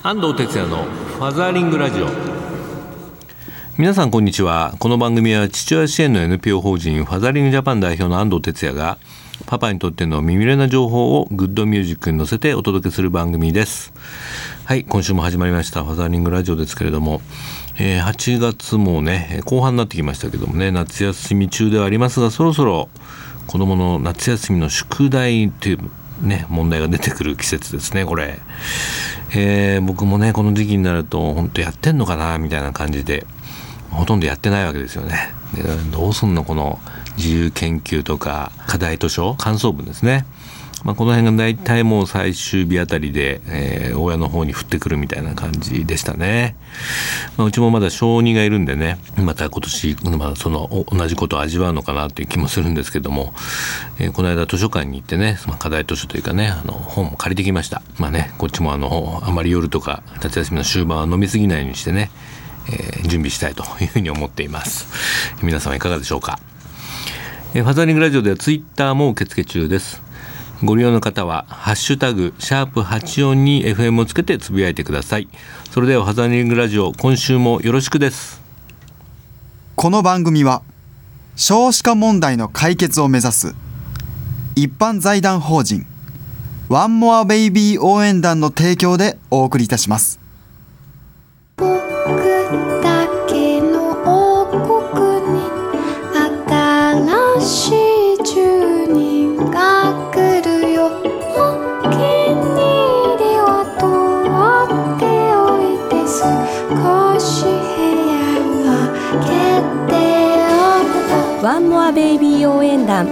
安藤哲也のファザーリングラジオ。皆さんこんにちは。この番組は父親支援の NPO 法人ファザーリングジャパン代表の安藤哲也がパパにとっての耳寄りな情報をグッドミュージックに乗せてお届けする番組です。はい、今週も始まりましたファザーリングラジオですけれども、8月もね後半になってきましたけどもね、夏休み中ではありますが、そろそろ子どもの夏休みの宿題というね問題が出てくる季節ですねこれ。僕もねこの時期になると本当やってんのかなみたいな感じでほとんどやってないわけですよね。でどうすんのこの自由研究とか課題図書感想文ですね、この辺が大体もう最終日あたりで、親の方に降ってくるみたいな感じでしたね。うちもまだ小2がいるんでね、また今年、その同じことを味わうのかなという気もするんですけども、この間図書館に行ってね、課題図書というかね本も借りてきました。こっちもあまり夜とか夏休みの終盤は飲み過ぎないようにしてね、準備したいというふうに思っています。皆様いかがでしょうか。ファザーリングラジオではツイッターも受付中です。ご利用の方はハッシュタグ#84に FM をつけてつぶやいてください。それではファザーリングラジオ、今週もよろしくです。 この番組は少子化問題の解決を目指す一般財団法人ワンモアベイビー応援団の提供でお送りいたします。 僕だけの王国に新しい住人が来るよ。お気に入りは取っておいて、少し部屋は決定を。ワンモアベイビー応援団。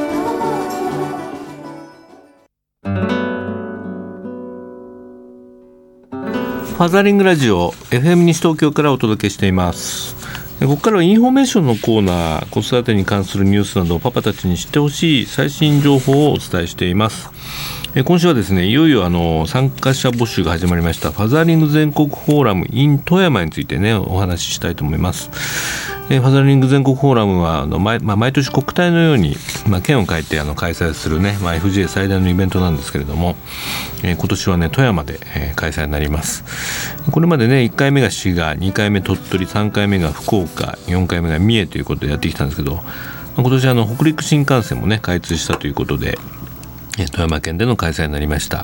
ファザーリングラジオ FM 西東京からお届けしています。ここからはインフォメーションのコーナー、子育てに関するニュースなどパパたちに知ってほしい最新情報をお伝えしています。今週はですね、いよいよ参加者募集が始まりましたファザーリング全国フォーラム in 富山についてねお話ししたいと思います。ファザーリング全国フォーラムは毎年国体のように、県を変えて開催するね、FGA 最大のイベントなんですけれども、今年はね富山で、開催になります。これまでね1回目が滋賀、2回目鳥取、3回目が福岡、4回目が三重ということでやってきたんですけど、今年北陸新幹線もね開通したということで富山県での開催になりました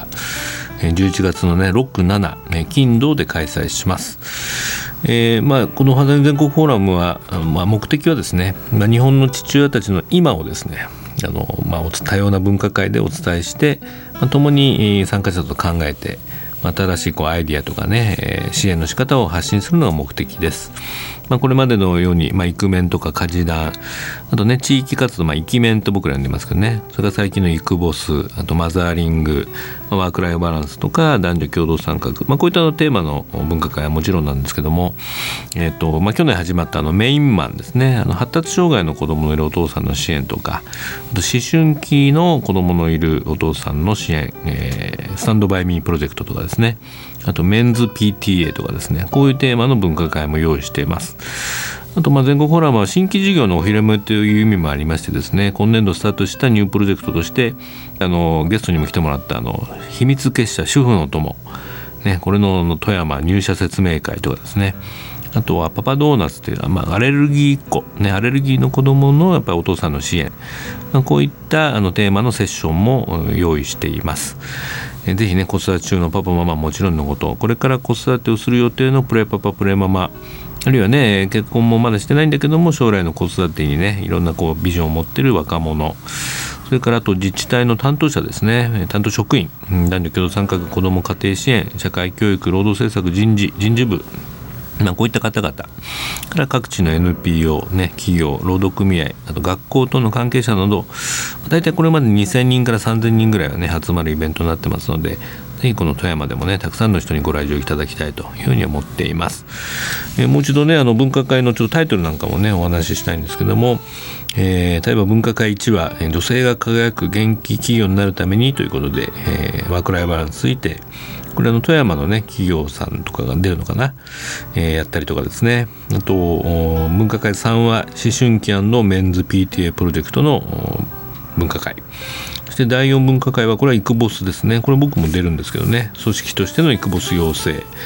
。11月のね6、7、金土で開催します。このファザーリング全国フォーラムは、目的はですね、日本の父親たちの今をですね多様な文化会でお伝えして、共に参加者と考えて新しいアイディアとかね、支援の仕方を発信するのが目的です。これまでのように、イクメンとか家事団、あとね地域活動、イキメンと僕ら呼んでますけどね、それから最近のイクボス、あとマザーリング、ワークライフバランスとか男女共同参画、こういったテーマの文化会はもちろんなんですけども、去年始まったメインマンですね、発達障害の子どものいるお父さんの支援とか、あと思春期の子どものいるお父さんの支援、スタンドバイミープロジェクトとかですね、あとメンズ PTA とかですね、こういうテーマの文化会も用意しています。あと全国フォーラムは新規事業のお披露目という意味もありましてですね、今年度スタートしたニュープロジェクトとしてゲストにも来てもらった秘密結社主婦の友、これの富山入社説明会とかですね、あとはパパドーナツというアレルギーっ子、アレルギーの子どものやっぱりお父さんの支援、こういったテーマのセッションも用意しています。ぜひね子育て中のパパママもちろんのこと、これから子育てをする予定のプレパパプレママ、あるいはね結婚もまだしてないんだけども将来の子育てにねいろんなビジョンを持っている若者、それからあと自治体の担当者ですね、担当職員、男女共同参画、子ども家庭支援、社会教育、労働政策、人事部、こういった方々から各地の NPO、企業、労働組合、あと学校との関係者など、大体これまで2000人から3000人ぐらいはね集まるイベントになってますので、ぜひこの富山でもねたくさんの人にご来場いただきたいというふうに思っています。もう一度ね文化会のタイトルなんかもねお話ししたいんですけども、例えば文化会1は女性が輝く元気企業になるためにということで、ワークライフバランスについて、これ富山のね企業さんとかが出るのかな、やったりとかですね。あと文化会3は思春期&メンズ PTA プロジェクトの文化会、そして第4分科会はこれはイクボスですね。これ僕も出るんですけどね、組織としてのイクボス養成、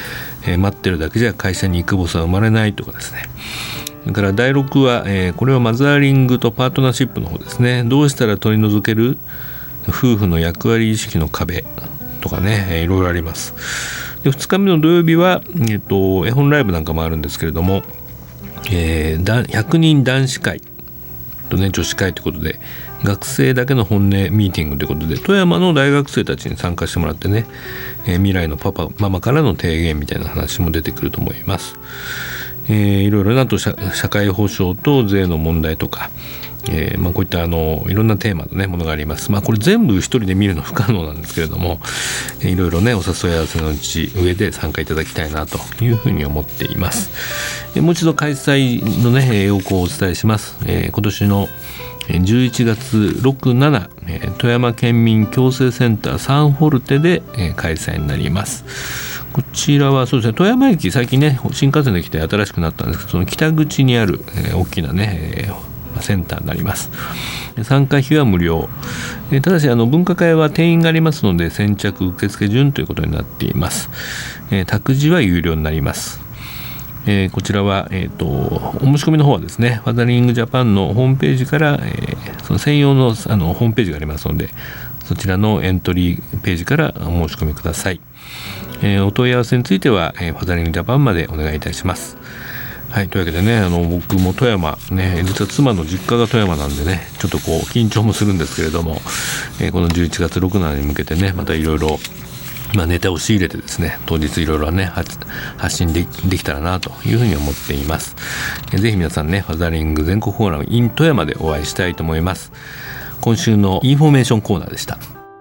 待ってるだけじゃ会社に行くボスは生まれないとかですね。だから第6話、これはマザーリングとパートナーシップの方ですね。どうしたら取り除ける夫婦の役割意識の壁とかね、いろいろあります。で2日目の土曜日は、絵本ライブなんかもあるんですけれども、100人男子会とね女子会ということで学生だけの本音ミーティングということで富山の大学生たちに参加してもらってね、未来のパパママからの提言みたいな話も出てくると思います。いろいろなと社会保障と税の問題とか、こういったいろんなテーマの、ね、ものがあります。これ全部一人で見るの不可能なんですけれども、いろいろねお誘い合わせの上で参加いただきたいなというふうに思っています。もう一度開催のね要項をお伝えします。今年の11月6、7、富山県民共生センターサンホルテで開催になります。こちらはそうですね、富山駅最近ね新幹線で来て新しくなったんですけど、その北口にある、大きなね、センターになります。参加費は無料、ただし分科会は定員がありますので先着受付順ということになっています。託児は有料になります。こちらは、お申し込みの方はですねファザリングジャパンのホームページから、その専用の、ホームページがありますのでそちらのエントリーページからお申し込みください。お問い合わせについては、ファザリングジャパンまでお願いいたします。はい、というわけでね僕も富山ね、実は妻の実家が富山なんでねちょっとこう緊張もするんですけれども、この11月6、7に向けてねまたいろいろネタを仕入れてですね当日いろいろね発信できたらなというふうに思っています。ぜひ皆さんねファザリング全国フォーラム in 富山でお会いしたいと思います。今週のインフォメーションコーナーでした。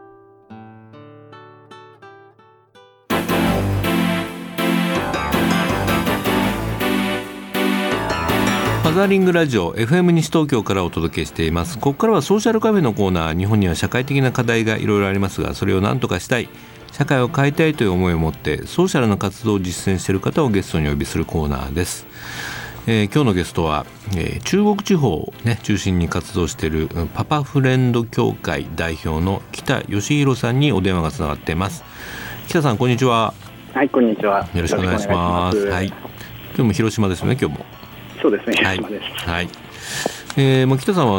ファザリングラジオ FM 西東京からお届けしています。ここからはソーシャルカフェのコーナー。日本には社会的な課題がいろいろありますがそれを何とかしたい、社会を変えたいという思いを持ってソーシャルな活動を実践している方をゲストにお呼びするコーナーです。今日のゲストは、中国地方を、ね、中心に活動しているパパフレンド協会代表の北義弘さんにお電話がつながっています。北さんこんにちは。 はい、こんにちは。 よろしくお願いします。はい、今日も広島ですよね。今日もそうですね、広島です。 はい、北さんは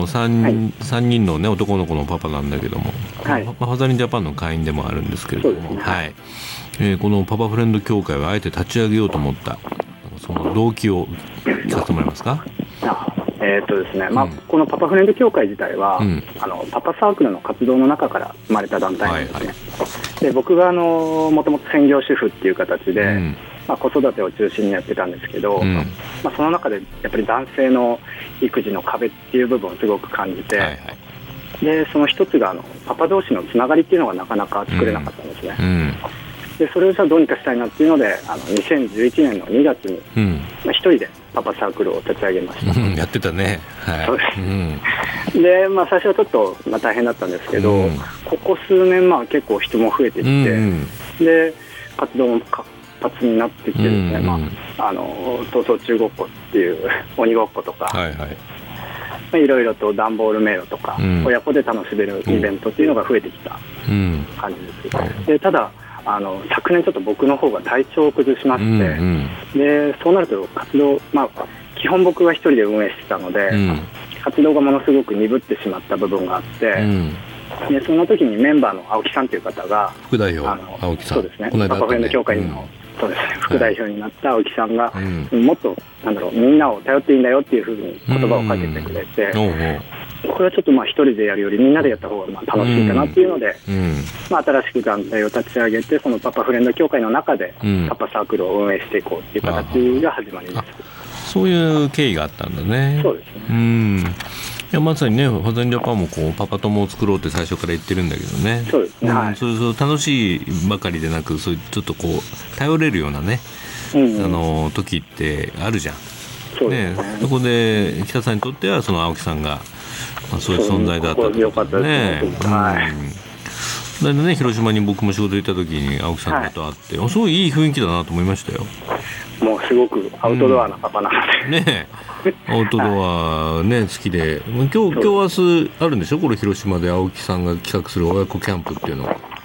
3人の、ね、男の子のパパなんだけども、はい、ファザリンジャパンの会員でもあるんですけれども、ね、はい、このパパフレンド協会をあえて立ち上げようと思ったその動機を聞かせてもらえますか。 ですね、このパパフレンド協会自体は、パパサークルの活動の中から生まれた団体なんですね。で僕がもともと専業主婦っていう形で、子育てを中心にやってたんですけど、その中でやっぱり男性の育児の壁っていう部分をすごく感じて、でその一つがパパ同士のつながりっていうのがなかなか作れなかったんですね。でそれをじゃあどうにかしたいなっていうので2011年の2月に、一人でパパサークルを立ち上げました。 やってたね。はい、 そうです。で、最初はちょっと大変だったんですけど、ここ数年結構人も増えてきて、で活動も活発になってきてですね、逃走中ごっこっていう鬼ごっことか、いろいろと段ボール迷路とか、親子で楽しめるイベントっていうのが増えてきた感じです。でただ昨年ちょっと僕の方が体調を崩しまして、でそうなると活動、基本僕が一人で運営してたので、活動がものすごく鈍ってしまった部分があって、でその時にメンバーの青木さんという方が副代表青木さん、 そうですね、パパフレンド協会の、そうですね、副代表になった青木さんが、もっとみんなを頼っていいんだよっていうふうに言葉をかけてくれて、これはちょっと一人でやるよりみんなでやった方が楽しいかなっていうので、新しく団体を立ち上げてそのパパフレンド協会の中でパパサークルを運営していこうっていう形が始まりです。 そういう経緯があったんだね。 そうですね。 いやまさにねファザリンジャパンもパパ友を作ろうって最初から言ってるんだけどね。 そうですね、 そう楽しいばかりでなくそういうちょっと頼れるようなね、時ってあるじゃん。 そうですね。 そこで北さんにとってはその青木さんがそういう存在だったということでね。だね、広島に僕も仕事行った時に青木さんと会って、すごいいい雰囲気だなと思いましたよ。 もうすごくアウトドアなパパなので、 ねアウトドアね好きで、今日明日あるんでしょ、これ広島で青木さんが企画する親子キャンプっていうのは。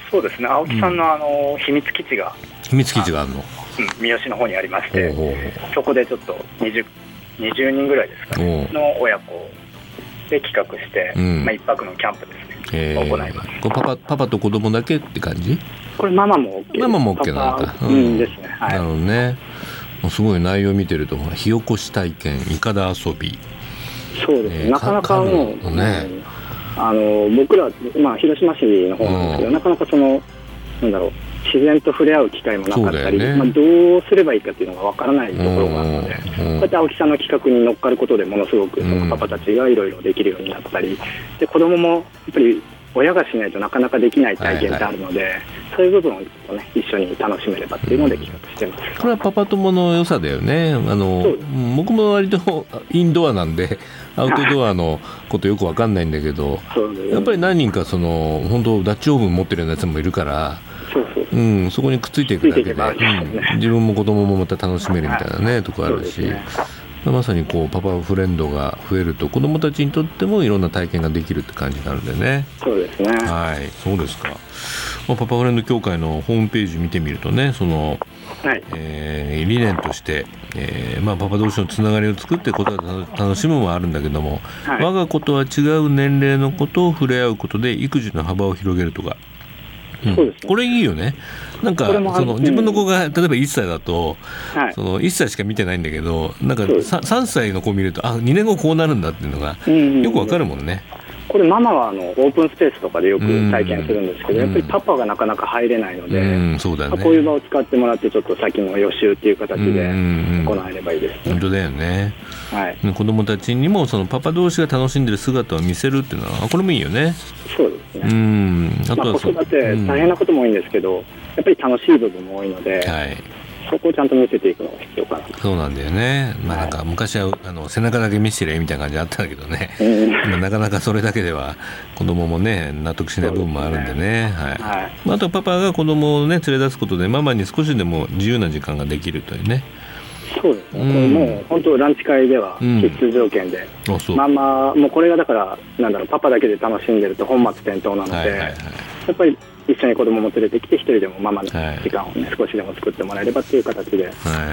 そうですね、青木さんの、秘密基地があるの、 三好の方にありまして、そこでちょっと20人ぐらいですかねの親子で企画して、1泊のキャンプですね、行います。 これパパと子供だけって感じ？ これママも OK です。 ママも OK なのか。 ですね。はい。 なるほどね。すごい内容を見てると、火起こし体験、いかだ遊び。 そうですね。なかなかもうね、僕ら広島市の方なんですけど、なかなかなんだろう、自然と触れ合う機会もなかったり、どうすればいいかっていうのがわからないところがあるので、こうやって青木さんの企画に乗っかることでものすごくそのパパたちがいろいろできるようになったり、で子供もやっぱり親がしないとなかなかできない体験ってあるので、そういう部分を一緒に楽しめればっていうので企画してます。 これはパパ友の良さだよね。僕も割とインドアなんでアウトドアのことよく分かんないんだけど、やっぱり何人か本当ダッチオーブン持ってるようなやつもいるから、そこにくっついていくだけで、自分も子供もまた楽しめるみたいなね、とこあるし、まさにパパフレンドが増えると子供たちにとってもいろんな体験ができるって感じになるんでね。 そうですね。 はい、そうですか。パパフレンド協会のホームページ見てみるとね、理念として、パパ同士のつながりを作って子育てを楽しむもあるんだけども、我が子とは違う年齢の子と触れ合うことで育児の幅を広げるとか、これいいよね。なんか自分の子が例えば1歳だと、1歳しか見てないんだけど、なんか 3歳の子を見ると2年後こうなるんだっていうのがよくわかるもんね。 これママはオープンスペースとかでよく体験するんですけど、やっぱりパパがなかなか入れないので、 そうだね、 こういう場を使ってもらってちょっと先の予習っていう形で行えればいいですね。 本当だよね。子供たちにもパパ同士が楽しんでる姿を見せるっていうのはこれもいいよね。 そうですね。あとは子育て大変なことも多いんですけど、やっぱり楽しい部分も多いので、そこをちゃんと見せていくのが必要かな。 そうなんだよね。なんか昔は背中だけ見せてみたいな感じあったんだけどね、なかなかそれだけでは子供もね納得しない部分もあるんでね。あとパパが子供をね連れ出すことでママに少しでも自由な時間ができるというね。 そうですね。もう本当ランチ会では必須条件で、ママもうこれがだからパパだけで楽しんでると本末転倒なので、やっぱり一緒に子供も連れてきて一人でもママの時間を少しでも作ってもらえればっていう形で動いてます。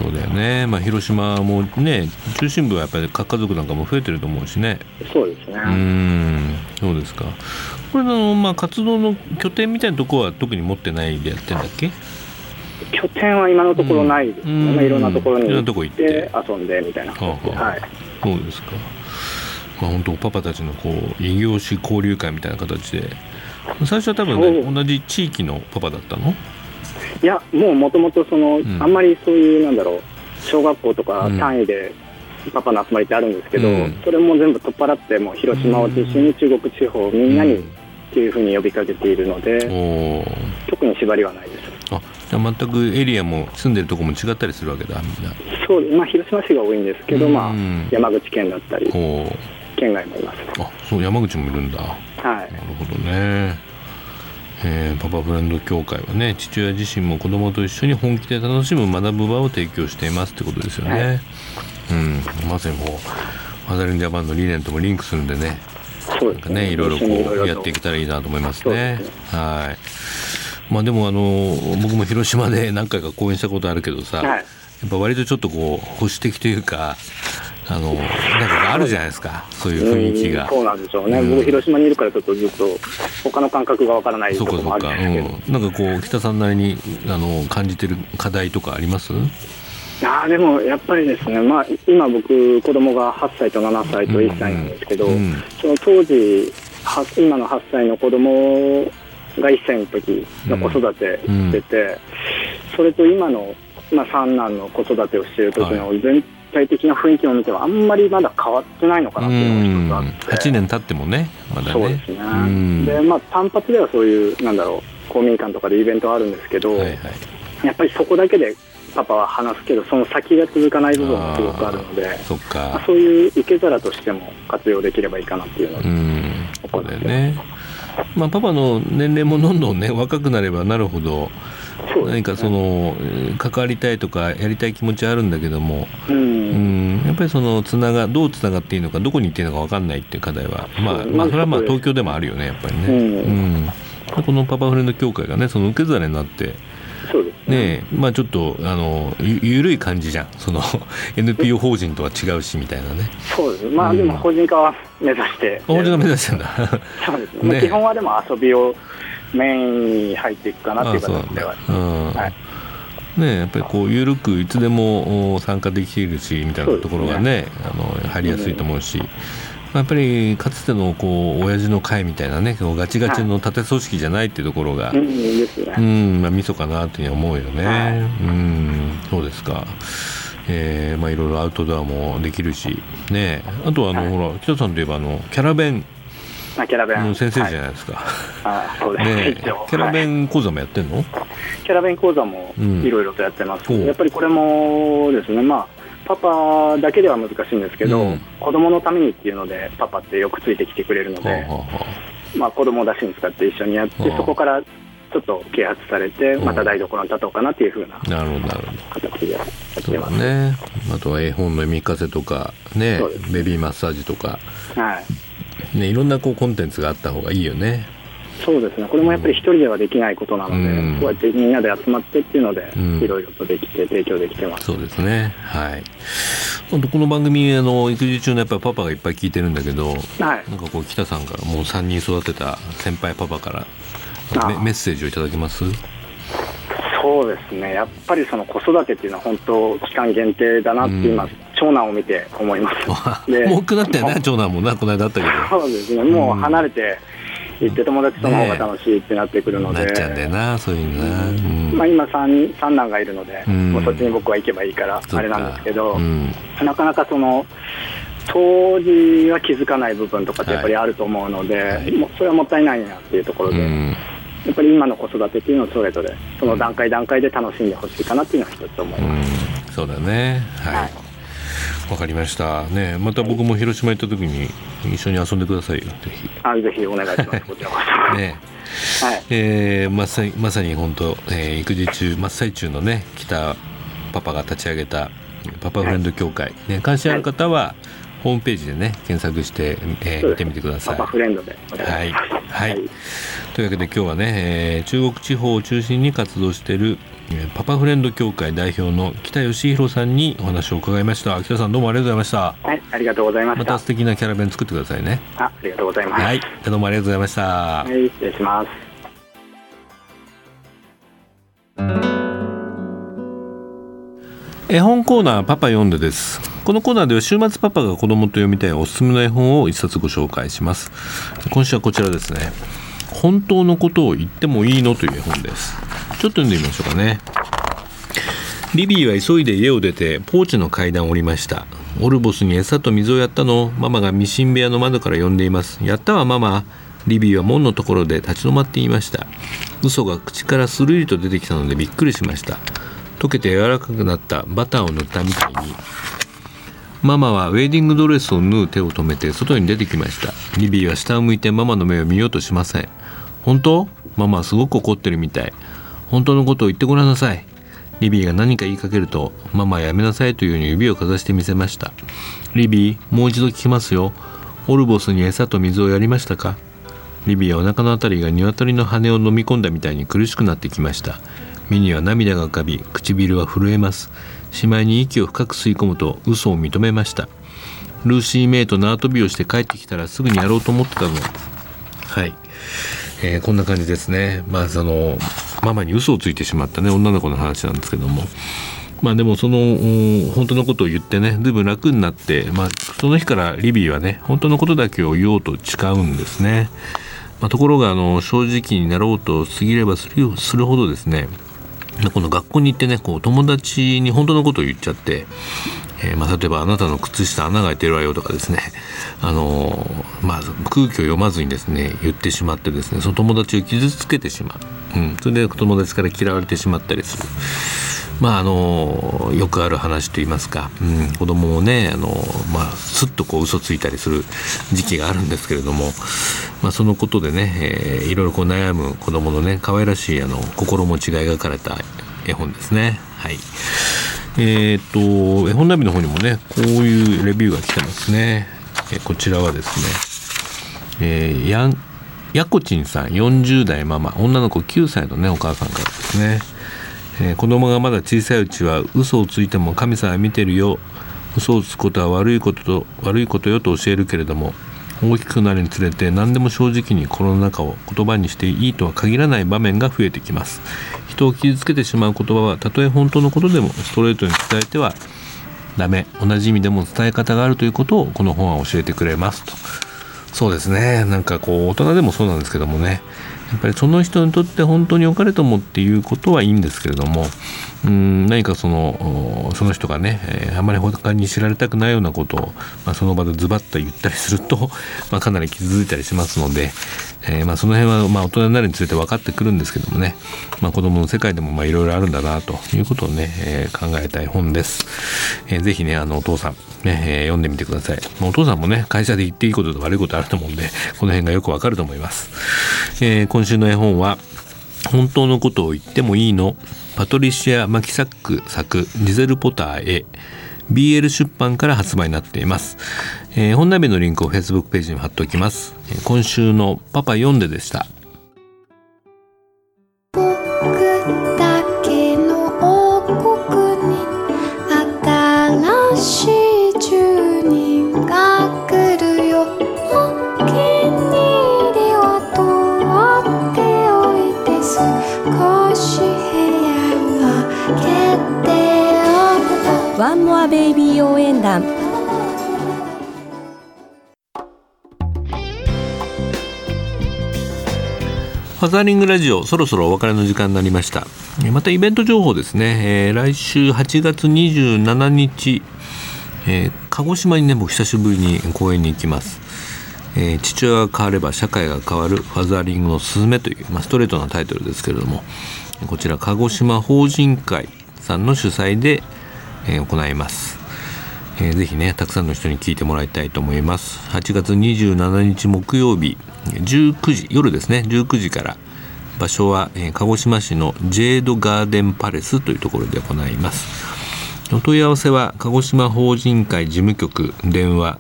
そうだよね。広島もね中心部はやっぱり核家族なんかも増えてると思うしね。 そうですね。 そうですか。これの活動の拠点みたいなところは特に持ってないでやってんだっけ？ 拠点は今のところないですね。いろんなところに行って遊んでみたいな感じで。 そうですか。本当パパたちの異業種交流会みたいな形で、最初は多分、同じ地域のパパだったの？ いや、もともとあんまりそういう小学校とか単位でパパの集まりってあるんですけど、それも全部取っ払ってもう広島を中心に中国地方みんなにっていうふうに呼びかけているので、特に縛りはないです。 じゃあ全くエリアも住んでるところも違ったりするわけだ、みんな。 そう、広島市が多いんですけど、山口県だったり県外もいます。 そう、山口もいるんだ。なるほどね。パパフレンド協会はね、父親自身も子供と一緒に本気で楽しむ学ぶ場を提供していますってことですよね。まさにファザリングジャパンの理念ともリンクするんでね、 そうですね、 いろいろやっていけたらいいなと思いますね。でも僕も広島で何回か講演したことあるけどさ、やっぱ割とちょっと保守的というかなんかあるじゃないですか、そういう雰囲気が。 そうなんでしょうね。僕広島にいるからちょっとずっと他の感覚がわからないところもあるんですけど、 なんか北さんなりに感じてる課題とかあります？ でもやっぱりですね、今僕子供が8歳と7歳と1歳なんですけど、その当時今の8歳の子供が1歳の時の子育てしてて、それと今の、三男の子育てをしている時の全体的な雰囲気を見てはあんまりまだ変わってないのかなっていうのが一つあって、 8年経ってもね、まだね。 そうですね。で単発ではそういう公民館とかでイベントはあるんですけど、やっぱりそこだけでパパは話すけどその先が続かない部分もすごくあるので、そういう受け皿としても活用できればいいかなっていうのを思ってますね。 パパの年齢もどんどんね若くなればなるほど、何か関わりたいとかやりたい気持ちはあるんだけども、やっぱりどうつながっていいのかどこに行っていいのか分かんないっていう課題はそれは東京でもあるよね、やっぱりね。 このパパフレンド協会がねその受け皿になってそうですね。 まあ、ちょっと緩い感じじゃん、その NPO 法人とは違うしみたいなね。 そうです。まあでも法人化は目指して、 法人化目指してんだそうですね。基本はでも遊びをメインに入っていくかなっていう形では、はいね、やっぱりこう緩くいつでも参加できるしみたいなところがね、入りやすいと思うし、やっぱりかつてのこう親父の会みたいなねガチガチの縦組織じゃないっていうところが、まあ、ミソかなというふうに思うよね、そうですか。まあ、いろいろアウトドアもできるし、ね、あとはほら北さんといえばキャラ弁の先生じゃないですか、 そうですね。 キャラ弁講座もやってんの？ キャラ弁講座もいろいろとやってます、やっぱりこれもですね、まあパパだけでは難しいんですけど、子供のためにっていうのでパパってよくついてきてくれるので、まあ、子供を出しに使って一緒にやって、そこからちょっと啓発されてまた台所に立とうかなっていう風な形でやってますね。あとは絵本の読み聞かせとか、ね、ベビーマッサージとか、ね、いろんなこうコンテンツがあった方がいいよね。 そうですね。これもやっぱり一人ではできないことなので、こうやってみんなで集まってっていうので、いろいろとできて提供できてます。 そうですね。はい。この番組育児中のやっぱりパパがいっぱい聞いてるんだけど、なんかこう北さんからもう3人育てた先輩パパからメッセージをいただけます？ そうですね。やっぱりその子育てっていうのは本当期間限定だなって今、長男を見て思います。 でもう大きくなったよね、長男もな、この間あったけど。そうですね。もう離れて行って友達との方が楽しいってなってくるので、 なっちゃうんだよな、そういうのな。 まあ、今三男がいるので、もうそっちに僕は行けばいいからあれなんですけど、なかなかその当時は気づかない部分とかってやっぱりあると思うので、もうそれはもったいないなっていうところで、やっぱり今の子育てっていうのをそれぞれその段階段階で楽しんでほしいかなっていうのは一つ思います。 そうだね。はい。わかりましたね。また僕も広島行った時に一緒に遊んでくださいよ、ぜひ。 ぜひお願いします。こちらこそ。 ね。まさに本当、育児中真っ最中のね北パパが立ち上げたパパフレンド協会、ね、関心ある方はホームページでね検索して、見てみてください。 パパフレンドでお願いします。 はい。というわけで今日はね、中国地方を中心に活動しているパパフレンド協会代表の北義弘さんにお話を伺いました。北さんどうもありがとうございました。 はい、ありがとうございました。 また素敵なキャラ弁作ってくださいね。 ありがとうございます。 はい、どうもありがとうございました。 はい、失礼します。 絵本コーナーパパ読んでです。このコーナーでは週末パパが子供と読みたいおすすめの絵本を一冊ご紹介します。今週はこちらですね。本当のことを言ってもいいのという絵本です。ちょっと読んでみましょうかね。リビーは急いで家を出てポーチの階段を降りました。オルボスに餌と水をやったのをママがミシン部屋の窓から呼んでいます。やったわママ。リビーは門のところで立ち止まっていました。嘘が口からスルリと出てきたのでびっくりしました。溶けて柔らかくなったバターを塗ったみたいに。ママはウェディングドレスを縫う手を止めて外に出てきました。リビーは下を向いてママの目を見ようとしません。本当？ママはすごく怒ってるみたい。本当のことを言ってごらんなさい。リビーが何か言いかけると、ママはやめなさいというように指をかざしてみせました。リビー、もう一度聞きますよ。オルボスに餌と水をやりましたか？リビーはお腹のあたりが鶏の羽を飲み込んだみたいに苦しくなってきました。目には涙が浮かび、唇は震えます。しまいに息を深く吸い込むと嘘を認めました。ルーシーメイと縄跳びをして帰ってきたらすぐにやろうと思ってたの。はい、こんな感じですね。まあそのママに嘘をついてしまったね女の子の話なんですけども、まあでもその本当のことを言ってね、ずいぶん楽になって、まあその日からリビーはね本当のことだけを言おうと誓うんですね。まあ、ところが正直になろうと過ぎればするほどですね、この学校に行ってねこう友達に本当のことを言っちゃって、まあ、例えばあなたの靴下穴が開いてるわよとかですね、まあ、空気を読まずにですね言ってしまってですね、その友達を傷つけてしまう、それで友達から嫌われてしまったりする。まあよくある話といいますか、子供もねまあ、すっとこう嘘ついたりする時期があるんですけれども、まあ、そのことでね、いろいろこう悩む子供のね可愛らしい心持ちが描かれた絵本ですね。はい。絵本ナビの方にもねこういうレビューが来てますね。こちらはですね、ヤンやこちんさん40代ママ、女の子9歳のねお母さんからですね。子供がまだ小さいうちは嘘をついても神様は見てるよ、嘘をつくことは悪いことよと教えるけれども、大きくなるにつれて何でも正直に心の中を言葉にしていいとは限らない場面が増えてきます。人を傷つけてしまう言葉はたとえ本当のことでもストレートに伝えてはダメ、同じ意味でも伝え方があるということをこの本は教えてくれますと。そうですね、なんかこう大人でもそうなんですけどもね、やっぱりその人にとって本当に良かれともっていうことはいいんですけれども、何かその人がね、あまり他に知られたくないようなことを、その場でズバッと言ったりすると、かなり傷ついたりしますので、その辺は大人になるにつれて分かってくるんですけどもね、子供の世界でもいろいろあるんだなということをね、考えたい本です。ぜひねお父さんね、読んでみてください。お父さんもね会社で言っていいことと悪いことあると思うんで、この辺がよくわかると思います。今週の絵本は本当のことを言ってもいいの、パトリシア・マキサック作、ジゼル・ポターへ、 BL 出版から発売になっています。本内弁のリンクを Facebook ページに貼っておきます。今週のパパ読んででした。 僕だけの王国に新しい住人が来るよ。お気に入りは取っておいて、少し部屋は決定を。 ワンモアベイビー応援団。 ファザーリングラジオ、そろそろお別れの時間になりました。またイベント情報ですね、来週8月27日、鹿児島にね僕久しぶりに公演に行きます。父親が変われば社会が変わるファザーリングのすすめという、ストレートなタイトルですけれども、こちら鹿児島法人会さんの主催で、行います。ぜひねたくさんの人に聞いてもらいたいと思います。8月27日木曜日19時、夜ですね、19時から。場所は、鹿児島市のジェードガーデンパレスというところで行います。お問い合わせは鹿児島法人会事務局電話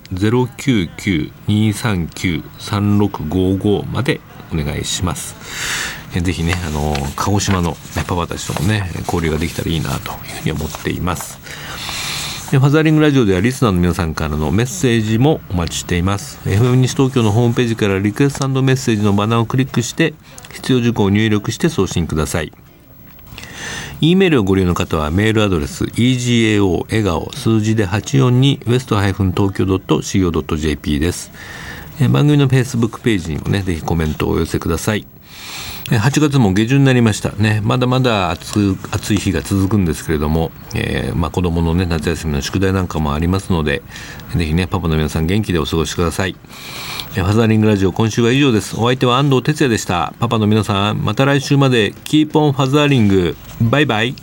099-239-3655 までお願いします。ぜひね鹿児島のパパたちともね交流ができたらいいなというふうに思っています。ファザーリングラジオではリスナーの皆さんからのメッセージもお待ちしています。 FM 西東京のホームページからリクエスト&メッセージのバナーをクリックして必要事項を入力して送信ください。 E メールをご利用の方はメールアドレス egao 笑顔数字で84に west-tokyo.co.jp です。番組の Facebook ページにもねぜひコメントをお寄せください。8月も下旬になりましたね。まだまだ暑い日が続くんですけれども、子供のね夏休みの宿題なんかもありますので、ぜひねパパの皆さん元気でお過ごしください。ファザーリングラジオ今週は以上です。お相手は安藤哲也でした。パパの皆さんまた来週までキープオンファザーリング。バイバイ。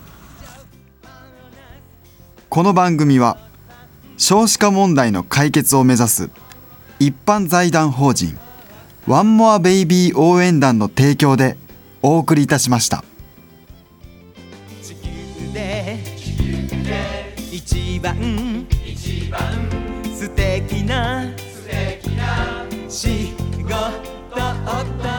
この番組は少子化問題の解決を目指す一般財団法人ワンモアベイビー応援団の提供でお送りいたしました。 地球で一番素敵な仕事と